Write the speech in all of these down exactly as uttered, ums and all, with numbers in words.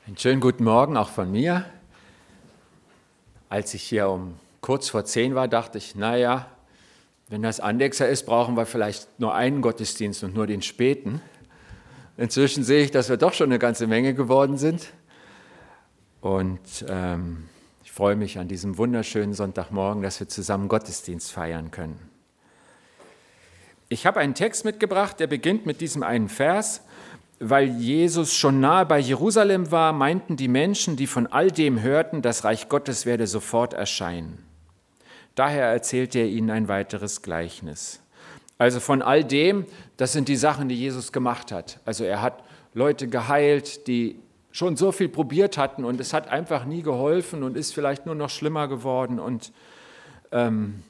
Einen schönen guten Morgen auch von mir. Als ich hier um kurz vor zehn war, dachte ich, naja, wenn das Andexer ist, brauchen wir vielleicht nur einen Gottesdienst und nur den späten. Inzwischen sehe ich, dass wir doch schon eine ganze Menge geworden sind. Und ähm, ich freue mich an diesem wunderschönen Sonntagmorgen, dass wir zusammen Gottesdienst feiern können. Ich habe einen Text mitgebracht, der beginnt mit diesem einen Vers. Weil Jesus schon nahe bei Jerusalem war, meinten die Menschen, die von all dem hörten, das Reich Gottes werde sofort erscheinen. Daher erzählte er ihnen ein weiteres Gleichnis. Also von all dem, das sind die Sachen, die Jesus gemacht hat. Also er hat Leute geheilt, die schon so viel probiert hatten und es hat einfach nie geholfen und ist vielleicht nur noch schlimmer geworden. Und ähm,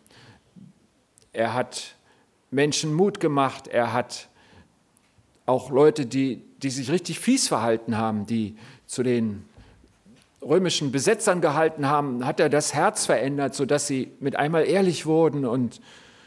er hat Menschen Mut gemacht, er hat auch Leute, die, die sich richtig fies verhalten haben, die zu den römischen Besetzern gehalten haben, hat er das Herz verändert, sodass sie mit einmal ehrlich wurden und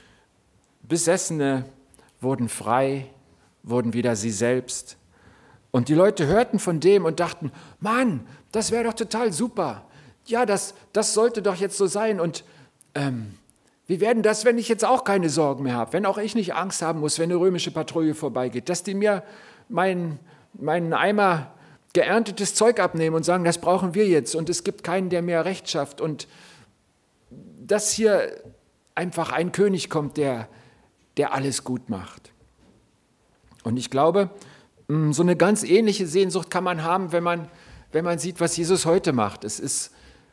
Besessene wurden frei, wurden wieder sie selbst. Und die Leute hörten von dem und dachten, Mann, das wäre doch total super. Ja, das, das sollte doch jetzt so sein. Und ähm, wie werden das, wenn ich jetzt auch keine Sorgen mehr habe, wenn auch ich nicht Angst haben muss, wenn eine römische Patrouille vorbeigeht, dass die mir meinen, meinen Eimer geerntetes Zeug abnehmen und sagen, das brauchen wir jetzt und es gibt keinen, der mehr Recht schafft und dass hier einfach ein König kommt, der, der alles gut macht. Und ich glaube, so eine ganz ähnliche Sehnsucht kann man haben, wenn man, wenn man sieht, was Jesus heute macht. Es ist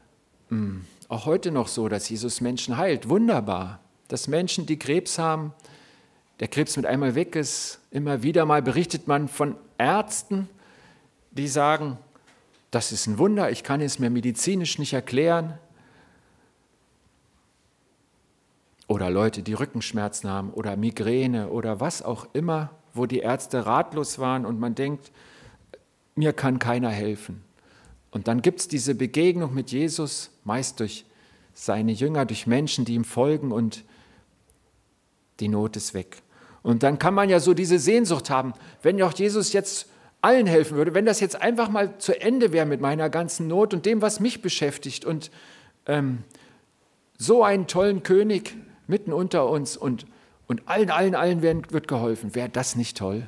auch heute noch so, dass Jesus Menschen heilt. Wunderbar, dass Menschen, die Krebs haben, der Krebs mit einmal weg ist. Immer wieder mal berichtet man von Ärzten, die sagen, das ist ein Wunder, ich kann es mir medizinisch nicht erklären. Oder Leute, die Rückenschmerzen haben oder Migräne oder was auch immer, wo die Ärzte ratlos waren und man denkt, mir kann keiner helfen. Und dann gibt es diese Begegnung mit Jesus, meist durch seine Jünger, durch Menschen, die ihm folgen und die Not ist weg. Und dann kann man ja so diese Sehnsucht haben, wenn ja auch Jesus jetzt allen helfen würde, wenn das jetzt einfach mal zu Ende wäre mit meiner ganzen Not und dem, was mich beschäftigt und ähm, so einen tollen König mitten unter uns und, und allen, allen, allen werden, wird geholfen. Wäre das nicht toll?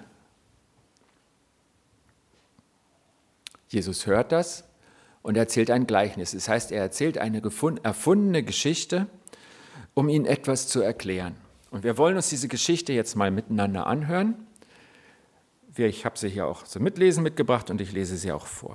Jesus hört das und erzählt ein Gleichnis. Das heißt, er erzählt eine erfundene Geschichte, um ihnen etwas zu erklären. Und wir wollen uns diese Geschichte jetzt mal miteinander anhören. Ich habe sie hier auch zum Mitlesen mitgebracht und ich lese sie auch vor.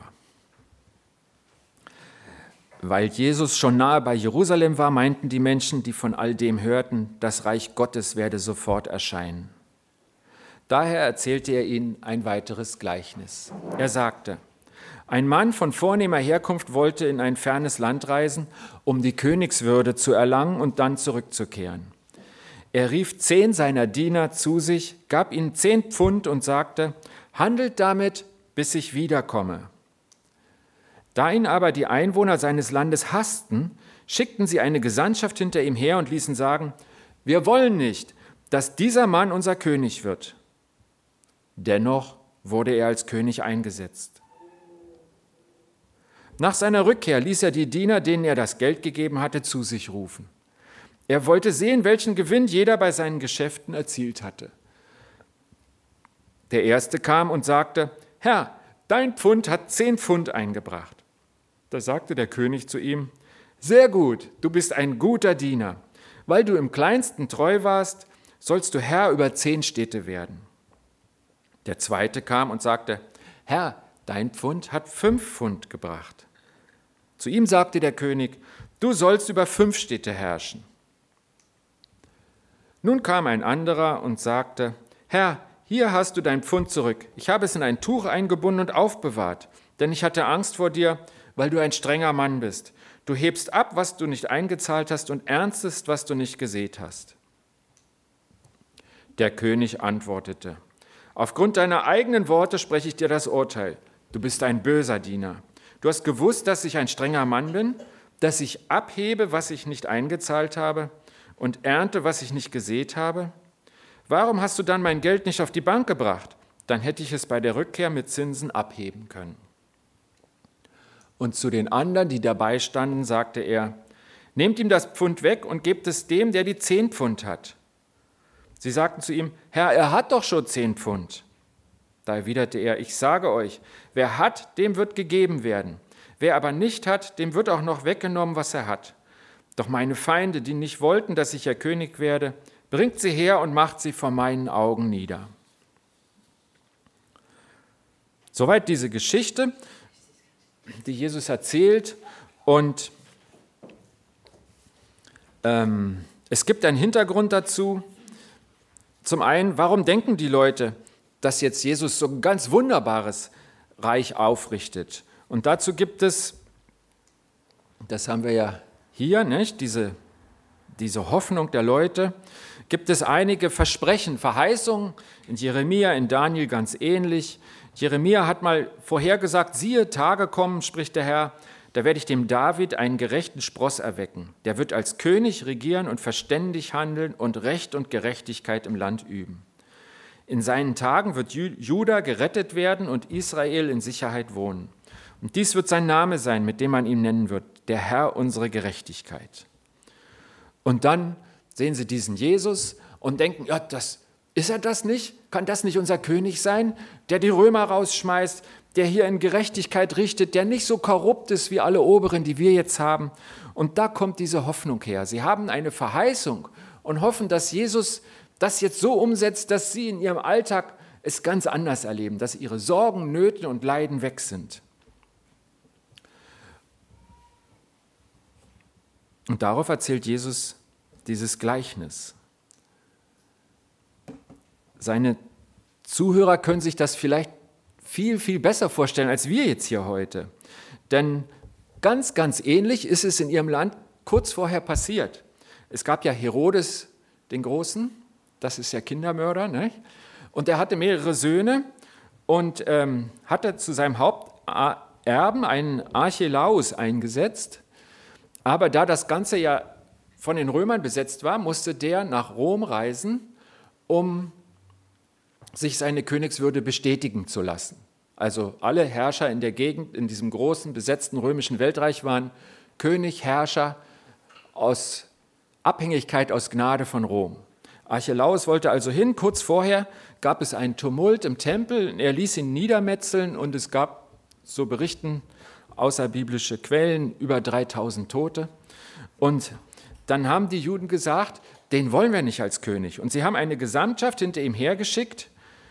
Weil Jesus schon nahe bei Jerusalem war, meinten die Menschen, die von all dem hörten, das Reich Gottes werde sofort erscheinen. Daher erzählte er ihnen ein weiteres Gleichnis. Er sagte, ein Mann von vornehmer Herkunft wollte in ein fernes Land reisen, um die Königswürde zu erlangen und dann zurückzukehren. Er rief zehn seiner Diener zu sich, gab ihnen zehn Pfund und sagte, handelt damit, bis ich wiederkomme. Da ihn aber die Einwohner seines Landes hassten, schickten sie eine Gesandtschaft hinter ihm her und ließen sagen, wir wollen nicht, dass dieser Mann unser König wird. Dennoch wurde er als König eingesetzt. Nach seiner Rückkehr ließ er die Diener, denen er das Geld gegeben hatte, zu sich rufen. Er wollte sehen, welchen Gewinn jeder bei seinen Geschäften erzielt hatte. Der Erste kam und sagte, Herr, dein Pfund hat zehn Pfund eingebracht. Da sagte der König zu ihm, sehr gut, du bist ein guter Diener. Weil du im Kleinsten treu warst, sollst du Herr über zehn Städte werden. Der Zweite kam und sagte, Herr, dein Pfund hat fünf Pfund gebracht. Zu ihm sagte der König, du sollst über fünf Städte herrschen. Nun kam ein anderer und sagte, Herr, hier hast du dein Pfund zurück. Ich habe es in ein Tuch eingebunden und aufbewahrt, denn ich hatte Angst vor dir, weil du ein strenger Mann bist. Du hebst ab, was du nicht eingezahlt hast und ernstest, was du nicht gesät hast. Der König antwortete, aufgrund deiner eigenen Worte spreche ich dir das Urteil. Du bist ein böser Diener. Du hast gewusst, dass ich ein strenger Mann bin, dass ich abhebe, was ich nicht eingezahlt habe und ernte, was ich nicht gesät habe. Warum hast du dann mein Geld nicht auf die Bank gebracht? Dann hätte ich es bei der Rückkehr mit Zinsen abheben können. Und zu den anderen, die dabei standen, sagte er, nehmt ihm das Pfund weg und gebt es dem, der die zehn Pfund hat. Sie sagten zu ihm, Herr, er hat doch schon zehn Pfund. Da erwiderte er, ich sage euch, wer hat, dem wird gegeben werden. Wer aber nicht hat, dem wird auch noch weggenommen, was er hat. Doch meine Feinde, die nicht wollten, dass ich ihr König werde, bringt sie her und macht sie vor meinen Augen nieder. Soweit diese Geschichte, die Jesus erzählt. Und ähm, es gibt einen Hintergrund dazu. Zum einen, warum denken die Leute, dass jetzt Jesus so ein ganz wunderbares Reich aufrichtet? Und dazu gibt es, das haben wir ja hier, nicht? Diese, diese Hoffnung der Leute, gibt es einige Versprechen, Verheißungen, in Jeremia, in Daniel ganz ähnlich. Jeremia hat mal vorhergesagt, siehe, Tage kommen, spricht der Herr, da werde ich dem David einen gerechten Spross erwecken. Der wird als König regieren und verständig handeln und Recht und Gerechtigkeit im Land üben. In seinen Tagen wird Juda gerettet werden und Israel in Sicherheit wohnen. Und dies wird sein Name sein, mit dem man ihn nennen wird, der Herr unsere Gerechtigkeit. Und dann sehen sie diesen Jesus und denken, ja, das ist er das nicht? Kann das nicht unser König sein, der die Römer rausschmeißt, der hier in Gerechtigkeit richtet, der nicht so korrupt ist wie alle Oberen, die wir jetzt haben? Und da kommt diese Hoffnung her. Sie haben eine Verheißung und hoffen, dass Jesus das jetzt so umsetzt, dass sie in ihrem Alltag es ganz anders erleben, dass ihre Sorgen, Nöte und Leiden weg sind. Und darauf erzählt Jesus dieses Gleichnis. Seine Zuhörer können sich das vielleicht viel, viel besser vorstellen als wir jetzt hier heute. Denn ganz, ganz ähnlich ist es in ihrem Land kurz vorher passiert. Es gab ja Herodes den Großen, das ist ja Kindermörder, ne? Und er hatte mehrere Söhne und ähm, hatte zu seinem Haupterben einen Archelaus eingesetzt. Aber da das Ganze ja von den Römern besetzt war, musste der nach Rom reisen, um sich seine Königswürde bestätigen zu lassen. Also alle Herrscher in der Gegend, in diesem großen, besetzten römischen Weltreich waren König, Herrscher aus Abhängigkeit, aus Gnade von Rom. Archelaus wollte also hin, kurz vorher gab es einen Tumult im Tempel, er ließ ihn niedermetzeln und es gab, so berichten außerbiblische Quellen, über dreitausend Tote. Und dann haben die Juden gesagt, den wollen wir nicht als König. Und sie haben eine Gesandtschaft hinter ihm hergeschickt,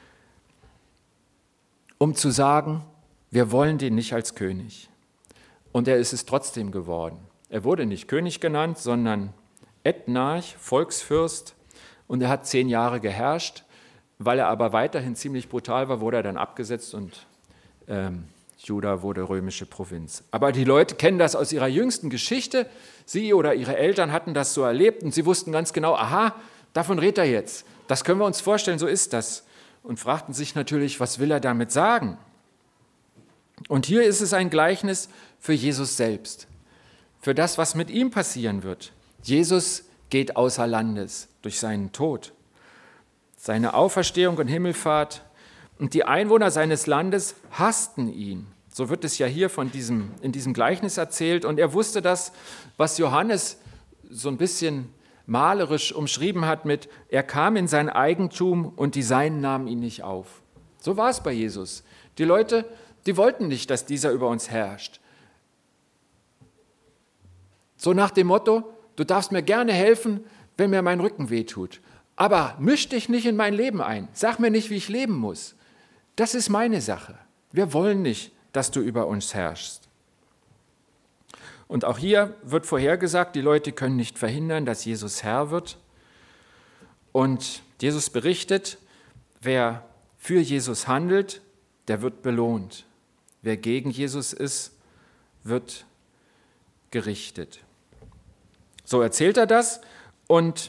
um zu sagen, wir wollen den nicht als König. Und er ist es trotzdem geworden. Er wurde nicht König genannt, sondern Ethnarch, Volksfürst. Und er hat zehn Jahre geherrscht. Weil er aber weiterhin ziemlich brutal war, wurde er dann abgesetzt und ähm, Juda wurde römische Provinz. Aber die Leute kennen das aus ihrer jüngsten Geschichte. Sie oder ihre Eltern hatten das so erlebt und sie wussten ganz genau, aha, davon redet er jetzt. Das können wir uns vorstellen, so ist das. Und fragten sich natürlich, was will er damit sagen? Und hier ist es ein Gleichnis für Jesus selbst, für das, was mit ihm passieren wird. Jesus geht außer Landes durch seinen Tod, seine Auferstehung und Himmelfahrt. Und die Einwohner seines Landes hassten ihn. So wird es ja hier von diesem, in diesem Gleichnis erzählt. Und er wusste das, was Johannes so ein bisschen malerisch umschrieben hat mit, er kam in sein Eigentum und die Seinen nahmen ihn nicht auf. So war es bei Jesus. Die Leute, die wollten nicht, dass dieser über uns herrscht. So nach dem Motto, du darfst mir gerne helfen, wenn mir mein Rücken wehtut. Aber misch dich nicht in mein Leben ein. Sag mir nicht, wie ich leben muss. Das ist meine Sache. Wir wollen nicht, dass du über uns herrschst. Und auch hier wird vorhergesagt, die Leute können nicht verhindern, dass Jesus Herr wird. Und Jesus berichtet, wer für Jesus handelt, der wird belohnt. Wer gegen Jesus ist, wird gerichtet. So erzählt er das. Und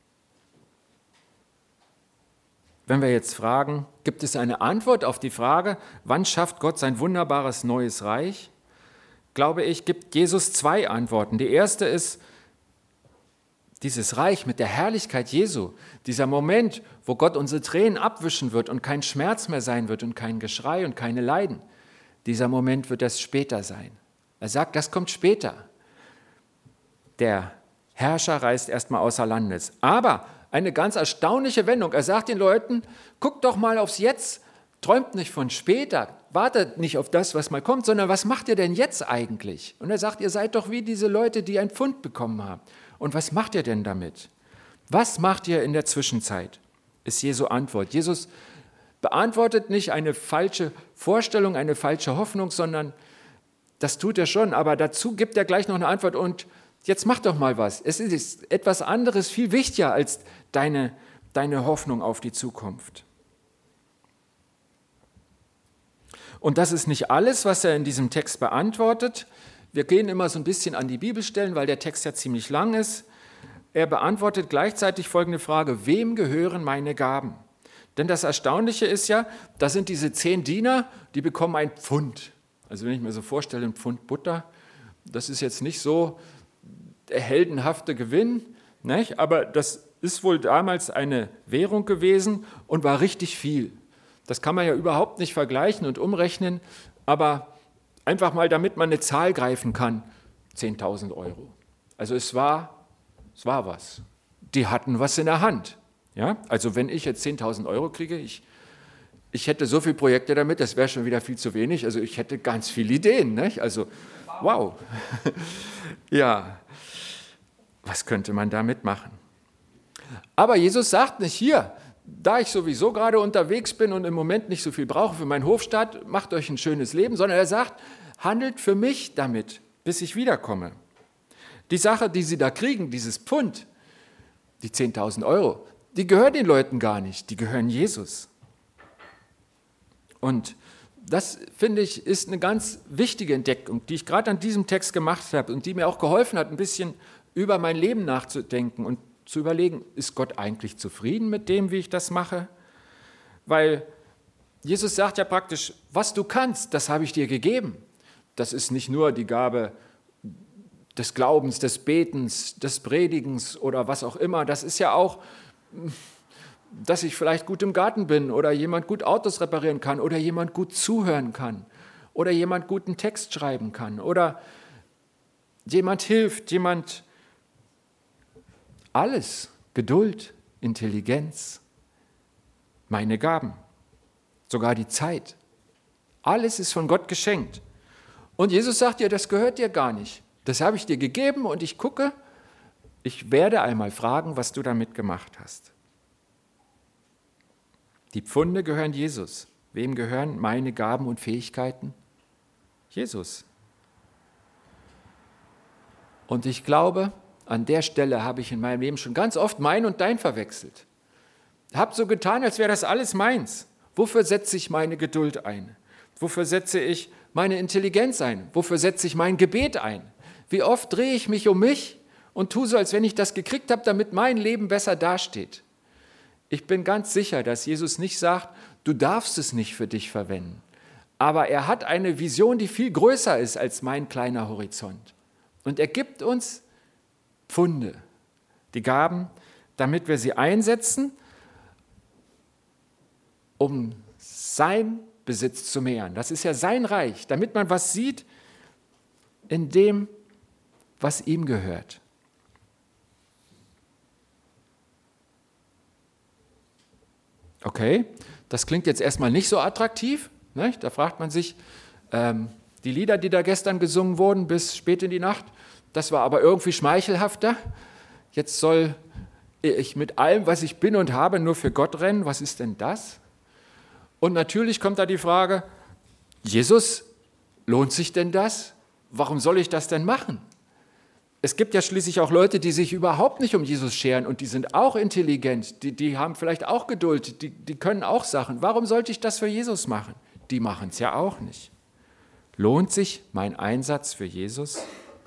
wenn wir jetzt fragen, gibt es eine Antwort auf die Frage, wann schafft Gott sein wunderbares neues Reich? Glaube ich, gibt Jesus zwei Antworten. Die erste ist, dieses Reich mit der Herrlichkeit Jesu, dieser Moment, wo Gott unsere Tränen abwischen wird und kein Schmerz mehr sein wird und kein Geschrei und keine Leiden, dieser Moment wird erst später sein. Er sagt, das kommt später. Der Herrscher reist erstmal außer Landes. Aber eine ganz erstaunliche Wendung. Er sagt den Leuten, guckt doch mal aufs Jetzt, träumt nicht von später, wartet nicht auf das, was mal kommt, sondern was macht ihr denn jetzt eigentlich? Und er sagt, ihr seid doch wie diese Leute, die ein Pfund bekommen haben. Und was macht ihr denn damit? Was macht ihr in der Zwischenzeit? Ist Jesu Antwort. Jesus beantwortet nicht eine falsche Vorstellung, eine falsche Hoffnung, sondern das tut er schon, aber dazu gibt er gleich noch eine Antwort und jetzt mach doch mal was. Es ist etwas anderes, viel wichtiger als deine, deine Hoffnung auf die Zukunft. Und das ist nicht alles, was er in diesem Text beantwortet. Wir gehen immer so ein bisschen an die Bibelstellen, weil der Text ja ziemlich lang ist. Er beantwortet gleichzeitig folgende Frage: Wem gehören meine Gaben? Denn das Erstaunliche ist ja, da sind diese zehn Diener, die bekommen ein Pfund. Also wenn ich mir so vorstelle, ein Pfund Butter, das ist jetzt nicht so der heldenhafte Gewinn, nicht? Aber das ist wohl damals eine Währung gewesen und war richtig viel. Das kann man ja überhaupt nicht vergleichen und umrechnen, aber einfach mal, damit man eine Zahl greifen kann, zehntausend Euro. Also es war, es war was. Die hatten was in der Hand. Ja? Also wenn ich jetzt zehntausend Euro kriege, ich, ich hätte so viele Projekte damit, das wäre schon wieder viel zu wenig. Also ich hätte ganz viele Ideen. Nicht? Also wow. Ja, was könnte man damit machen? Aber Jesus sagt nicht, hier, da ich sowieso gerade unterwegs bin und im Moment nicht so viel brauche für meinen Hofstaat, macht euch ein schönes Leben, sondern er sagt, handelt für mich damit, bis ich wiederkomme. Die Sache, die sie da kriegen, dieses Pfund, die zehntausend Euro, die gehören den Leuten gar nicht, die gehören Jesus. Und das, finde ich, ist eine ganz wichtige Entdeckung, die ich gerade an diesem Text gemacht habe und die mir auch geholfen hat, ein bisschen über mein Leben nachzudenken und zu überlegen, ist Gott eigentlich zufrieden mit dem, wie ich das mache? Weil Jesus sagt ja praktisch, was du kannst, das habe ich dir gegeben. Das ist nicht nur die Gabe des Glaubens, des Betens, des Predigens oder was auch immer. Das ist ja auch, dass ich vielleicht gut im Garten bin oder jemand gut Autos reparieren kann oder jemand gut zuhören kann oder jemand guten Text schreiben kann oder jemand hilft, jemand alles, Geduld, Intelligenz, meine Gaben, sogar die Zeit. Alles ist von Gott geschenkt. Und Jesus sagt dir, das gehört dir gar nicht. Das habe ich dir gegeben und ich gucke, ich werde einmal fragen, was du damit gemacht hast. Die Pfunde gehören Jesus. Wem gehören meine Gaben und Fähigkeiten? Jesus. Und ich glaube, an der Stelle habe ich in meinem Leben schon ganz oft mein und dein verwechselt. Hab so getan, als wäre das alles meins. Wofür setze ich meine Geduld ein? Wofür setze ich meine Intelligenz ein? Wofür setze ich mein Gebet ein? Wie oft drehe ich mich um mich und tue so, als wenn ich das gekriegt habe, damit mein Leben besser dasteht. Ich bin ganz sicher, dass Jesus nicht sagt, du darfst es nicht für dich verwenden. Aber er hat eine Vision, die viel größer ist als mein kleiner Horizont. Und er gibt uns Pfunde, die Gaben, damit wir sie einsetzen, um sein Besitz zu mehren. Das ist ja sein Reich, damit man was sieht in dem, was ihm gehört. Okay, das klingt jetzt erstmal nicht so attraktiv. Ne? Da fragt man sich, ähm, die Lieder, die da gestern gesungen wurden bis spät in die Nacht, das war aber irgendwie schmeichelhafter. Jetzt soll ich mit allem, was ich bin und habe, nur für Gott rennen. Was ist denn das? Und natürlich kommt da die Frage, Jesus, lohnt sich denn das? Warum soll ich das denn machen? Es gibt ja schließlich auch Leute, die sich überhaupt nicht um Jesus scheren und die sind auch intelligent, die, die haben vielleicht auch Geduld, die, die können auch Sachen. Warum sollte ich das für Jesus machen? Die machen es ja auch nicht. Lohnt sich mein Einsatz für Jesus?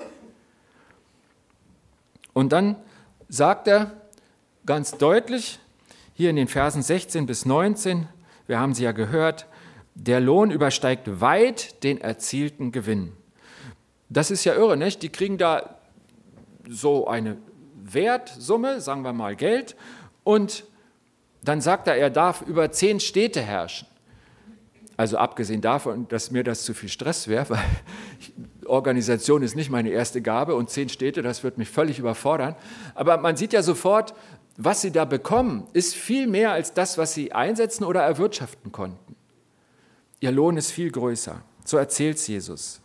Und dann sagt er ganz deutlich, hier in den Versen sechzehn bis neunzehn, wir haben sie ja gehört, der Lohn übersteigt weit den erzielten Gewinn. Das ist ja irre, nicht? Die kriegen da so eine Wertsumme, sagen wir mal Geld, und dann sagt er, er darf über zehn Städte herrschen. Also abgesehen davon, dass mir das zu viel Stress wäre, weil Organisation ist nicht meine erste Gabe und zehn Städte, das wird mich völlig überfordern. Aber man sieht ja sofort, was sie da bekommen, ist viel mehr als das, was sie einsetzen oder erwirtschaften konnten. Ihr Lohn ist viel größer. So erzählt es Jesus.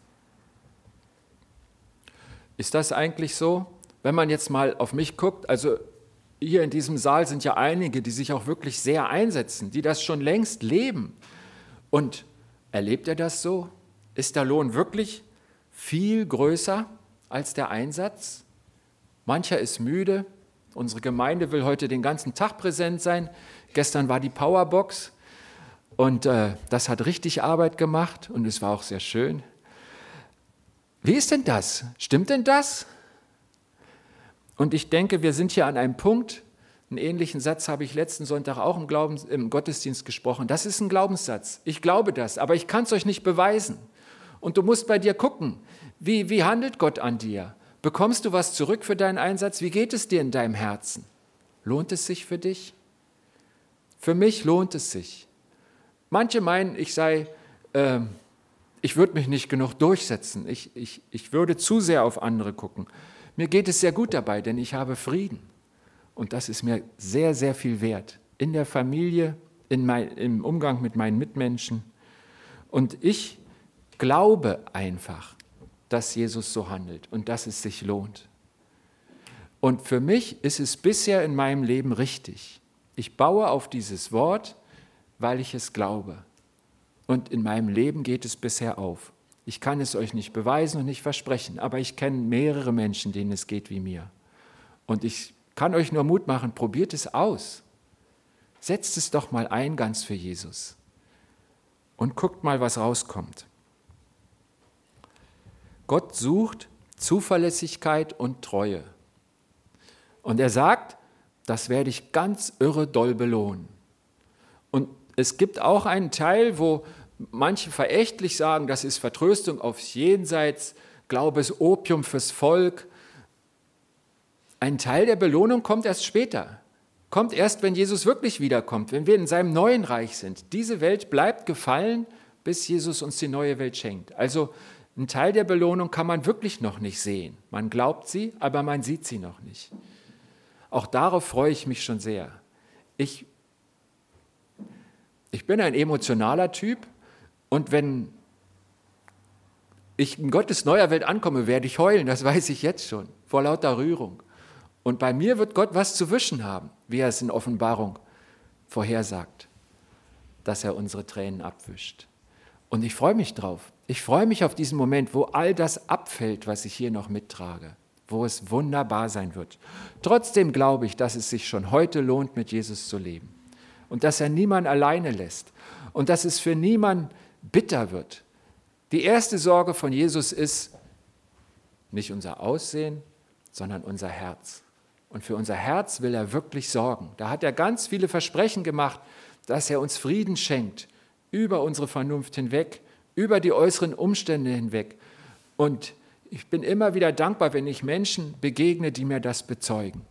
Ist das eigentlich so? Wenn man jetzt mal auf mich guckt, also hier in diesem Saal sind ja einige, die sich auch wirklich sehr einsetzen, die das schon längst leben. Und erlebt er das so? Ist der Lohn wirklich viel größer als der Einsatz? Mancher ist müde. Unsere Gemeinde will heute den ganzen Tag präsent sein. Gestern war die Powerbox und äh, das hat richtig Arbeit gemacht und es war auch sehr schön. Wie ist denn das? Stimmt denn das? Und ich denke, wir sind hier an einem Punkt, einen ähnlichen Satz habe ich letzten Sonntag auch im, Glaubens-, im Gottesdienst gesprochen. Das ist ein Glaubenssatz. Ich glaube das, aber ich kann es euch nicht beweisen. Und du musst bei dir gucken, wie, wie handelt Gott an dir? Bekommst du was zurück für deinen Einsatz? Wie geht es dir in deinem Herzen? Lohnt es sich für dich? Für mich lohnt es sich. Manche meinen, ich sei, äh, ich würde mich nicht genug durchsetzen. Ich, ich, ich würde zu sehr auf andere gucken. Mir geht es sehr gut dabei, denn ich habe Frieden. Und das ist mir sehr, sehr viel wert. In der Familie, in mein, im Umgang mit meinen Mitmenschen. Und ich glaube einfach, dass Jesus so handelt und dass es sich lohnt. Und für mich ist es bisher in meinem Leben richtig. Ich baue auf dieses Wort, weil ich es glaube. Und in meinem Leben geht es bisher auf. Ich kann es euch nicht beweisen und nicht versprechen, aber ich kenne mehrere Menschen, denen es geht wie mir. Und ich kann euch nur Mut machen, probiert es aus. Setzt es doch mal ein, ganz für Jesus. Und guckt mal, was rauskommt. Gott sucht Zuverlässigkeit und Treue. Und er sagt, das werde ich ganz irre doll belohnen. Und es gibt auch einen Teil, wo manche verächtlich sagen, das ist Vertröstung aufs Jenseits, Glaube ist Opium fürs Volk. Ein Teil der Belohnung kommt erst später. Kommt erst, wenn Jesus wirklich wiederkommt, wenn wir in seinem neuen Reich sind. Diese Welt bleibt gefallen, bis Jesus uns die neue Welt schenkt. Also ein Teil der Belohnung kann man wirklich noch nicht sehen. Man glaubt sie, aber man sieht sie noch nicht. Auch darauf freue ich mich schon sehr. Ich, ich bin ein emotionaler Typ und wenn ich in Gottes neuer Welt ankomme, werde ich heulen, das weiß ich jetzt schon, vor lauter Rührung. Und bei mir wird Gott was zu wischen haben, wie er es in Offenbarung vorhersagt, dass er unsere Tränen abwischt. Und ich freue mich drauf. Ich freue mich auf diesen Moment, wo all das abfällt, was ich hier noch mittrage, wo es wunderbar sein wird. Trotzdem glaube ich, dass es sich schon heute lohnt, mit Jesus zu leben und dass er niemand alleine lässt und dass es für niemand bitter wird. Die erste Sorge von Jesus ist nicht unser Aussehen, sondern unser Herz. Und für unser Herz will er wirklich sorgen. Da hat er ganz viele Versprechen gemacht, dass er uns Frieden schenkt, über unsere Vernunft hinweg, über die äußeren Umstände hinweg. Und ich bin immer wieder dankbar, wenn ich Menschen begegne, die mir das bezeugen.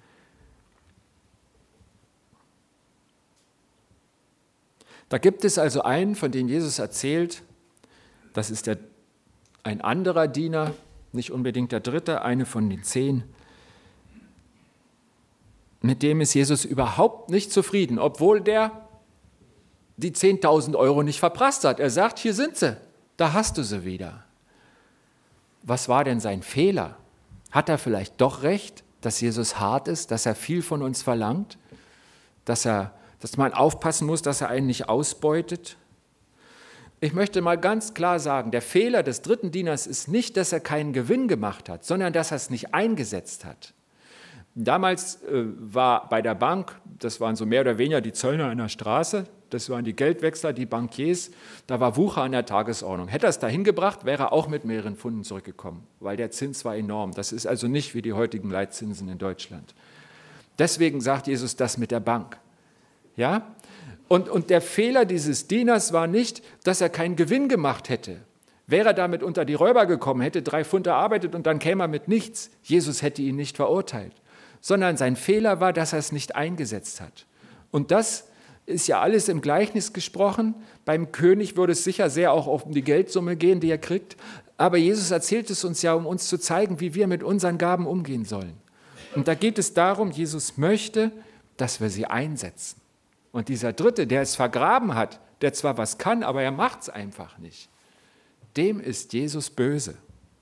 Da gibt es also einen, von dem Jesus erzählt, das ist der, ein anderer Diener, nicht unbedingt der dritte, eine von den zehn. Mit dem ist Jesus überhaupt nicht zufrieden, obwohl der die zehntausend Euro nicht verprasst hat. Er sagt, hier sind sie, da hast du sie wieder. Was war denn sein Fehler? Hat er vielleicht doch recht, dass Jesus hart ist, dass er viel von uns verlangt, dass, er, dass man aufpassen muss, dass er einen nicht ausbeutet? Ich möchte mal ganz klar sagen, der Fehler des dritten Dieners ist nicht, dass er keinen Gewinn gemacht hat, sondern dass er es nicht eingesetzt hat. Damals äh, war bei der Bank, das waren so mehr oder weniger die Zöllner an der Straße, das waren die Geldwechsler, die Bankiers, da war Wucher an der Tagesordnung. Hätte er es dahin gebracht, wäre er auch mit mehreren Pfunden zurückgekommen, weil der Zins war enorm. Das ist also nicht wie die heutigen Leitzinsen in Deutschland. Deswegen sagt Jesus das mit der Bank. Ja? Und, und der Fehler dieses Dieners war nicht, dass er keinen Gewinn gemacht hätte. Wäre er damit unter die Räuber gekommen, hätte drei Pfund erarbeitet und dann käme er mit nichts. Jesus hätte ihn nicht verurteilt. Sondern sein Fehler war, dass er es nicht eingesetzt hat. Und das ist ja alles im Gleichnis gesprochen. Beim König würde es sicher sehr auch um die Geldsumme gehen, die er kriegt. Aber Jesus erzählt es uns ja, um uns zu zeigen, wie wir mit unseren Gaben umgehen sollen. Und da geht es darum, Jesus möchte, dass wir sie einsetzen. Und dieser Dritte, der es vergraben hat, der zwar was kann, aber er macht es einfach nicht, dem ist Jesus böse.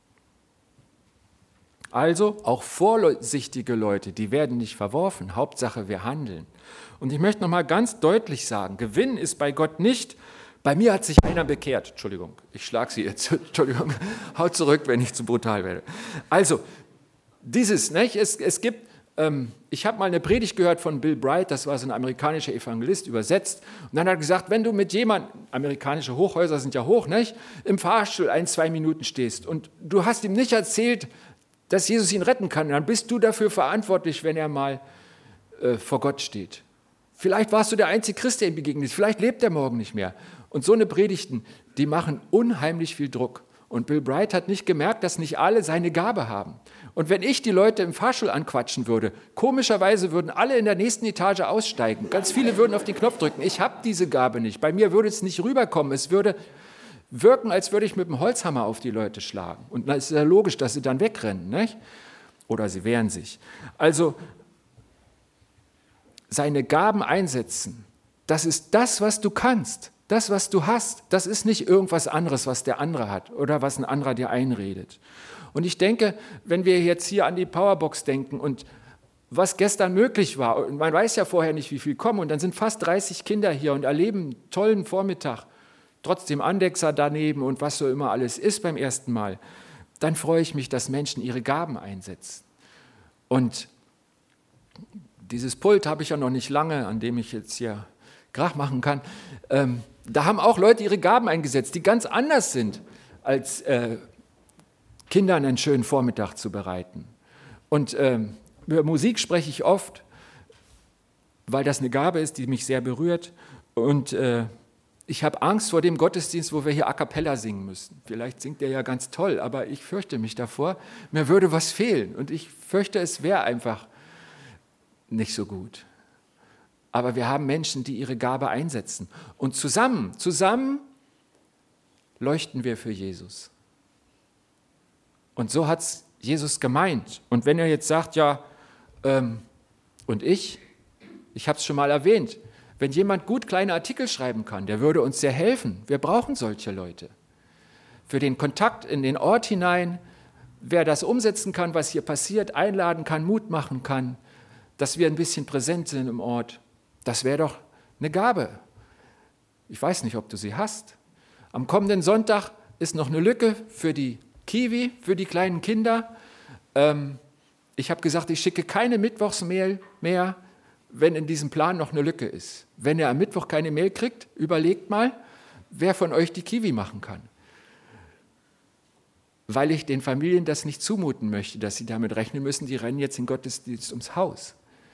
Also auch vorsichtige Leute, die werden nicht verworfen. Hauptsache, wir handeln. Und ich möchte noch mal ganz deutlich sagen, Gewinn ist bei Gott nicht, bei mir hat sich einer bekehrt. Entschuldigung, ich schlage Sie jetzt. Entschuldigung, haut zurück, wenn ich zu brutal werde. Also, dieses, nicht? Es, es gibt, ähm, ich habe mal eine Predigt gehört von Bill Bright, das war so ein amerikanischer Evangelist, übersetzt. Und dann hat er gesagt, wenn du mit jemandem, amerikanische Hochhäuser sind ja hoch, nicht? Im Fahrstuhl ein, zwei Minuten stehst und du hast ihm nicht erzählt, dass Jesus ihn retten kann, dann bist du dafür verantwortlich, wenn er mal äh, vor Gott steht. Vielleicht warst du der einzige Christ, der ihm begegnet ist, vielleicht lebt er morgen nicht mehr. Und so eine Predigten, die machen unheimlich viel Druck. Und Bill Bright hat nicht gemerkt, dass nicht alle seine Gabe haben. Und wenn ich die Leute im Fahrstuhl anquatschen würde, komischerweise würden alle in der nächsten Etage aussteigen. Ganz viele würden auf den Knopf drücken. Ich habe diese Gabe nicht. Bei mir würde es nicht rüberkommen. Es würde wirken, als würde ich mit dem Holzhammer auf die Leute schlagen. Und dann ist es ja logisch, dass sie dann wegrennen, nicht? Oder sie wehren sich. Also seine Gaben einsetzen, das ist das, was du kannst, das, was du hast. Das ist nicht irgendwas anderes, was der andere hat oder was ein anderer dir einredet. Und ich denke, wenn wir jetzt hier an die Powerbox denken und was gestern möglich war, und man weiß ja vorher nicht, wie viel kommen, und dann sind fast dreißig Kinder hier und erleben einen tollen Vormittag, trotzdem Andexer daneben und was so immer alles ist beim ersten Mal, dann freue ich mich, dass Menschen ihre Gaben einsetzen. Und dieses Pult habe ich ja noch nicht lange, an dem ich jetzt hier Krach machen kann. Ähm, da haben auch Leute ihre Gaben eingesetzt, die ganz anders sind, als äh, Kindern einen schönen Vormittag zu bereiten. Und ähm, über Musik spreche ich oft, weil das eine Gabe ist, die mich sehr berührt. Und äh, ich habe Angst vor dem Gottesdienst, wo wir hier a cappella singen müssen. Vielleicht singt er ja ganz toll, aber ich fürchte mich davor. Mir würde was fehlen und ich fürchte, es wäre einfach nicht so gut. Aber wir haben Menschen, die ihre Gabe einsetzen. Und zusammen, zusammen leuchten wir für Jesus. Und so hat es Jesus gemeint. Und wenn er jetzt sagt, ja, ähm, und ich, ich habe es schon mal erwähnt, wenn jemand gut kleine Artikel schreiben kann, der würde uns sehr helfen. Wir brauchen solche Leute. Für den Kontakt in den Ort hinein, wer das umsetzen kann, was hier passiert, einladen kann, Mut machen kann, dass wir ein bisschen präsent sind im Ort, das wäre doch eine Gabe. Ich weiß nicht, ob du sie hast. Am kommenden Sonntag ist noch eine Lücke für die Kiwi, für die kleinen Kinder. Ähm, ich habe gesagt, ich schicke keine Mittwochsmail mehr, wenn in diesem Plan noch eine Lücke ist. Wenn ihr am Mittwoch keine Mail kriegt, überlegt mal, wer von euch die Kiwi machen kann. Weil ich den Familien das nicht zumuten möchte, dass sie damit rechnen müssen, die rennen jetzt in Gottesdienst ums Haus.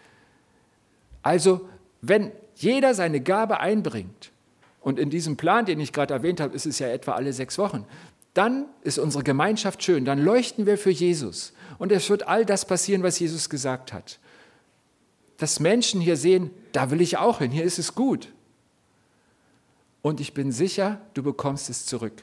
Also, wenn jeder seine Gabe einbringt, und in diesem Plan, den ich gerade erwähnt habe, ist es ja etwa alle sechs Wochen, dann ist unsere Gemeinschaft schön, dann leuchten wir für Jesus. Und es wird all das passieren, was Jesus gesagt hat. Dass Menschen hier sehen, da will ich auch hin, hier ist es gut. Und ich bin sicher, du bekommst es zurück.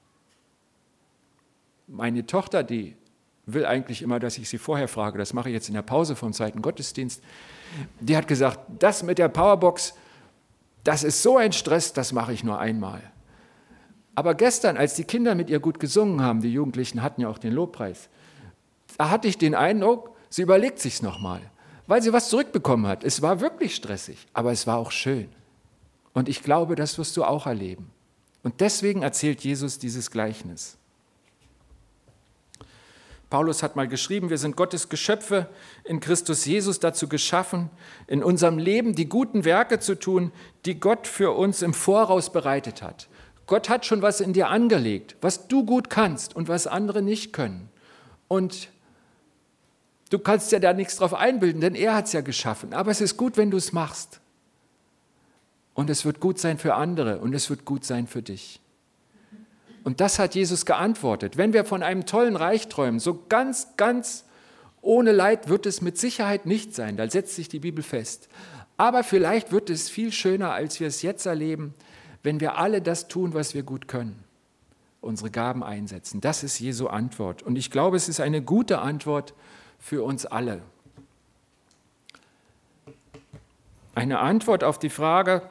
Meine Tochter, die will eigentlich immer, dass ich sie vorher frage, das mache ich jetzt in der Pause vom zweiten Gottesdienst, die hat gesagt, das mit der Powerbox, das ist so ein Stress, das mache ich nur einmal. Aber gestern, als die Kinder mit ihr gut gesungen haben, die Jugendlichen hatten ja auch den Lobpreis, da hatte ich den Eindruck, sie überlegt sich's nochmal. Weil sie was zurückbekommen hat. Es war wirklich stressig, aber es war auch schön. Und ich glaube, das wirst du auch erleben. Und deswegen erzählt Jesus dieses Gleichnis. Paulus hat mal geschrieben, wir sind Gottes Geschöpfe in Christus Jesus dazu geschaffen, in unserem Leben die guten Werke zu tun, die Gott für uns im Voraus bereitet hat. Gott hat schon was in dir angelegt, was du gut kannst und was andere nicht können. Und du kannst ja da nichts drauf einbilden, denn er hat es ja geschaffen. Aber es ist gut, wenn du es machst. Und es wird gut sein für andere und es wird gut sein für dich. Und das hat Jesus geantwortet. Wenn wir von einem tollen Reich träumen, so ganz, ganz ohne Leid wird es mit Sicherheit nicht sein. Da setzt sich die Bibel fest. Aber vielleicht wird es viel schöner, als wir es jetzt erleben, wenn wir alle das tun, was wir gut können. unsere Gaben einsetzen. Das ist Jesu Antwort. Und ich glaube, es ist eine gute Antwort für uns alle. Eine Antwort auf die Frage,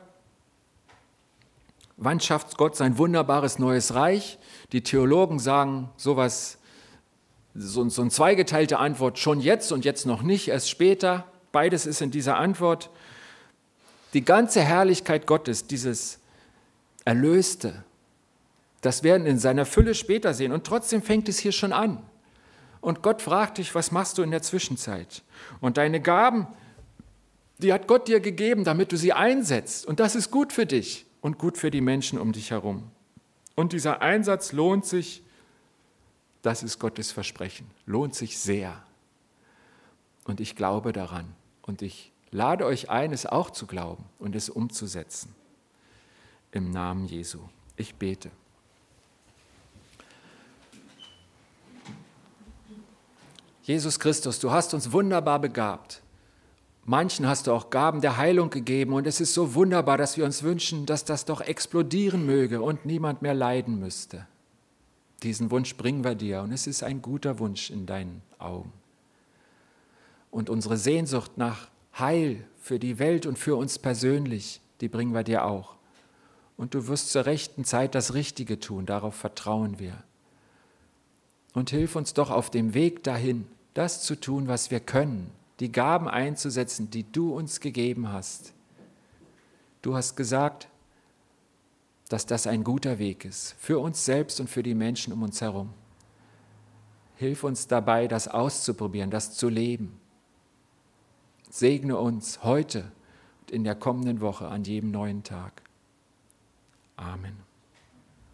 wann schafft Gott sein wunderbares neues Reich? Die Theologen sagen sowas, so, so eine zweigeteilte Antwort, schon jetzt und jetzt noch nicht, erst später. Beides ist in dieser Antwort. Die ganze Herrlichkeit Gottes, dieses Erlöste, das werden in seiner Fülle später sehen. Und trotzdem fängt es hier schon an. Und Gott fragt dich, was machst du in der Zwischenzeit? Und deine Gaben, die hat Gott dir gegeben, damit du sie einsetzt. Und das ist gut für dich und gut für die Menschen um dich herum. Und dieser Einsatz lohnt sich, das ist Gottes Versprechen, lohnt sich sehr. Und ich glaube daran. Und ich lade euch ein, es auch zu glauben und es umzusetzen. Im Namen Jesu. Ich bete. Jesus Christus, du hast uns wunderbar begabt. Manchen hast du auch Gaben der Heilung gegeben und es ist so wunderbar, dass wir uns wünschen, dass das doch explodieren möge und niemand mehr leiden müsste. Diesen Wunsch bringen wir dir und es ist ein guter Wunsch in deinen Augen. Und unsere Sehnsucht nach Heil für die Welt und für uns persönlich, die bringen wir dir auch. Und du wirst zur rechten Zeit das Richtige tun, darauf vertrauen wir. Und hilf uns doch auf dem Weg dahin, das zu tun, was wir können, die Gaben einzusetzen, die du uns gegeben hast. Du hast gesagt, dass das ein guter Weg ist, für uns selbst und für die Menschen um uns herum. Hilf uns dabei, das auszuprobieren, das zu leben. Segne uns heute und in der kommenden Woche an jedem neuen Tag. Amen.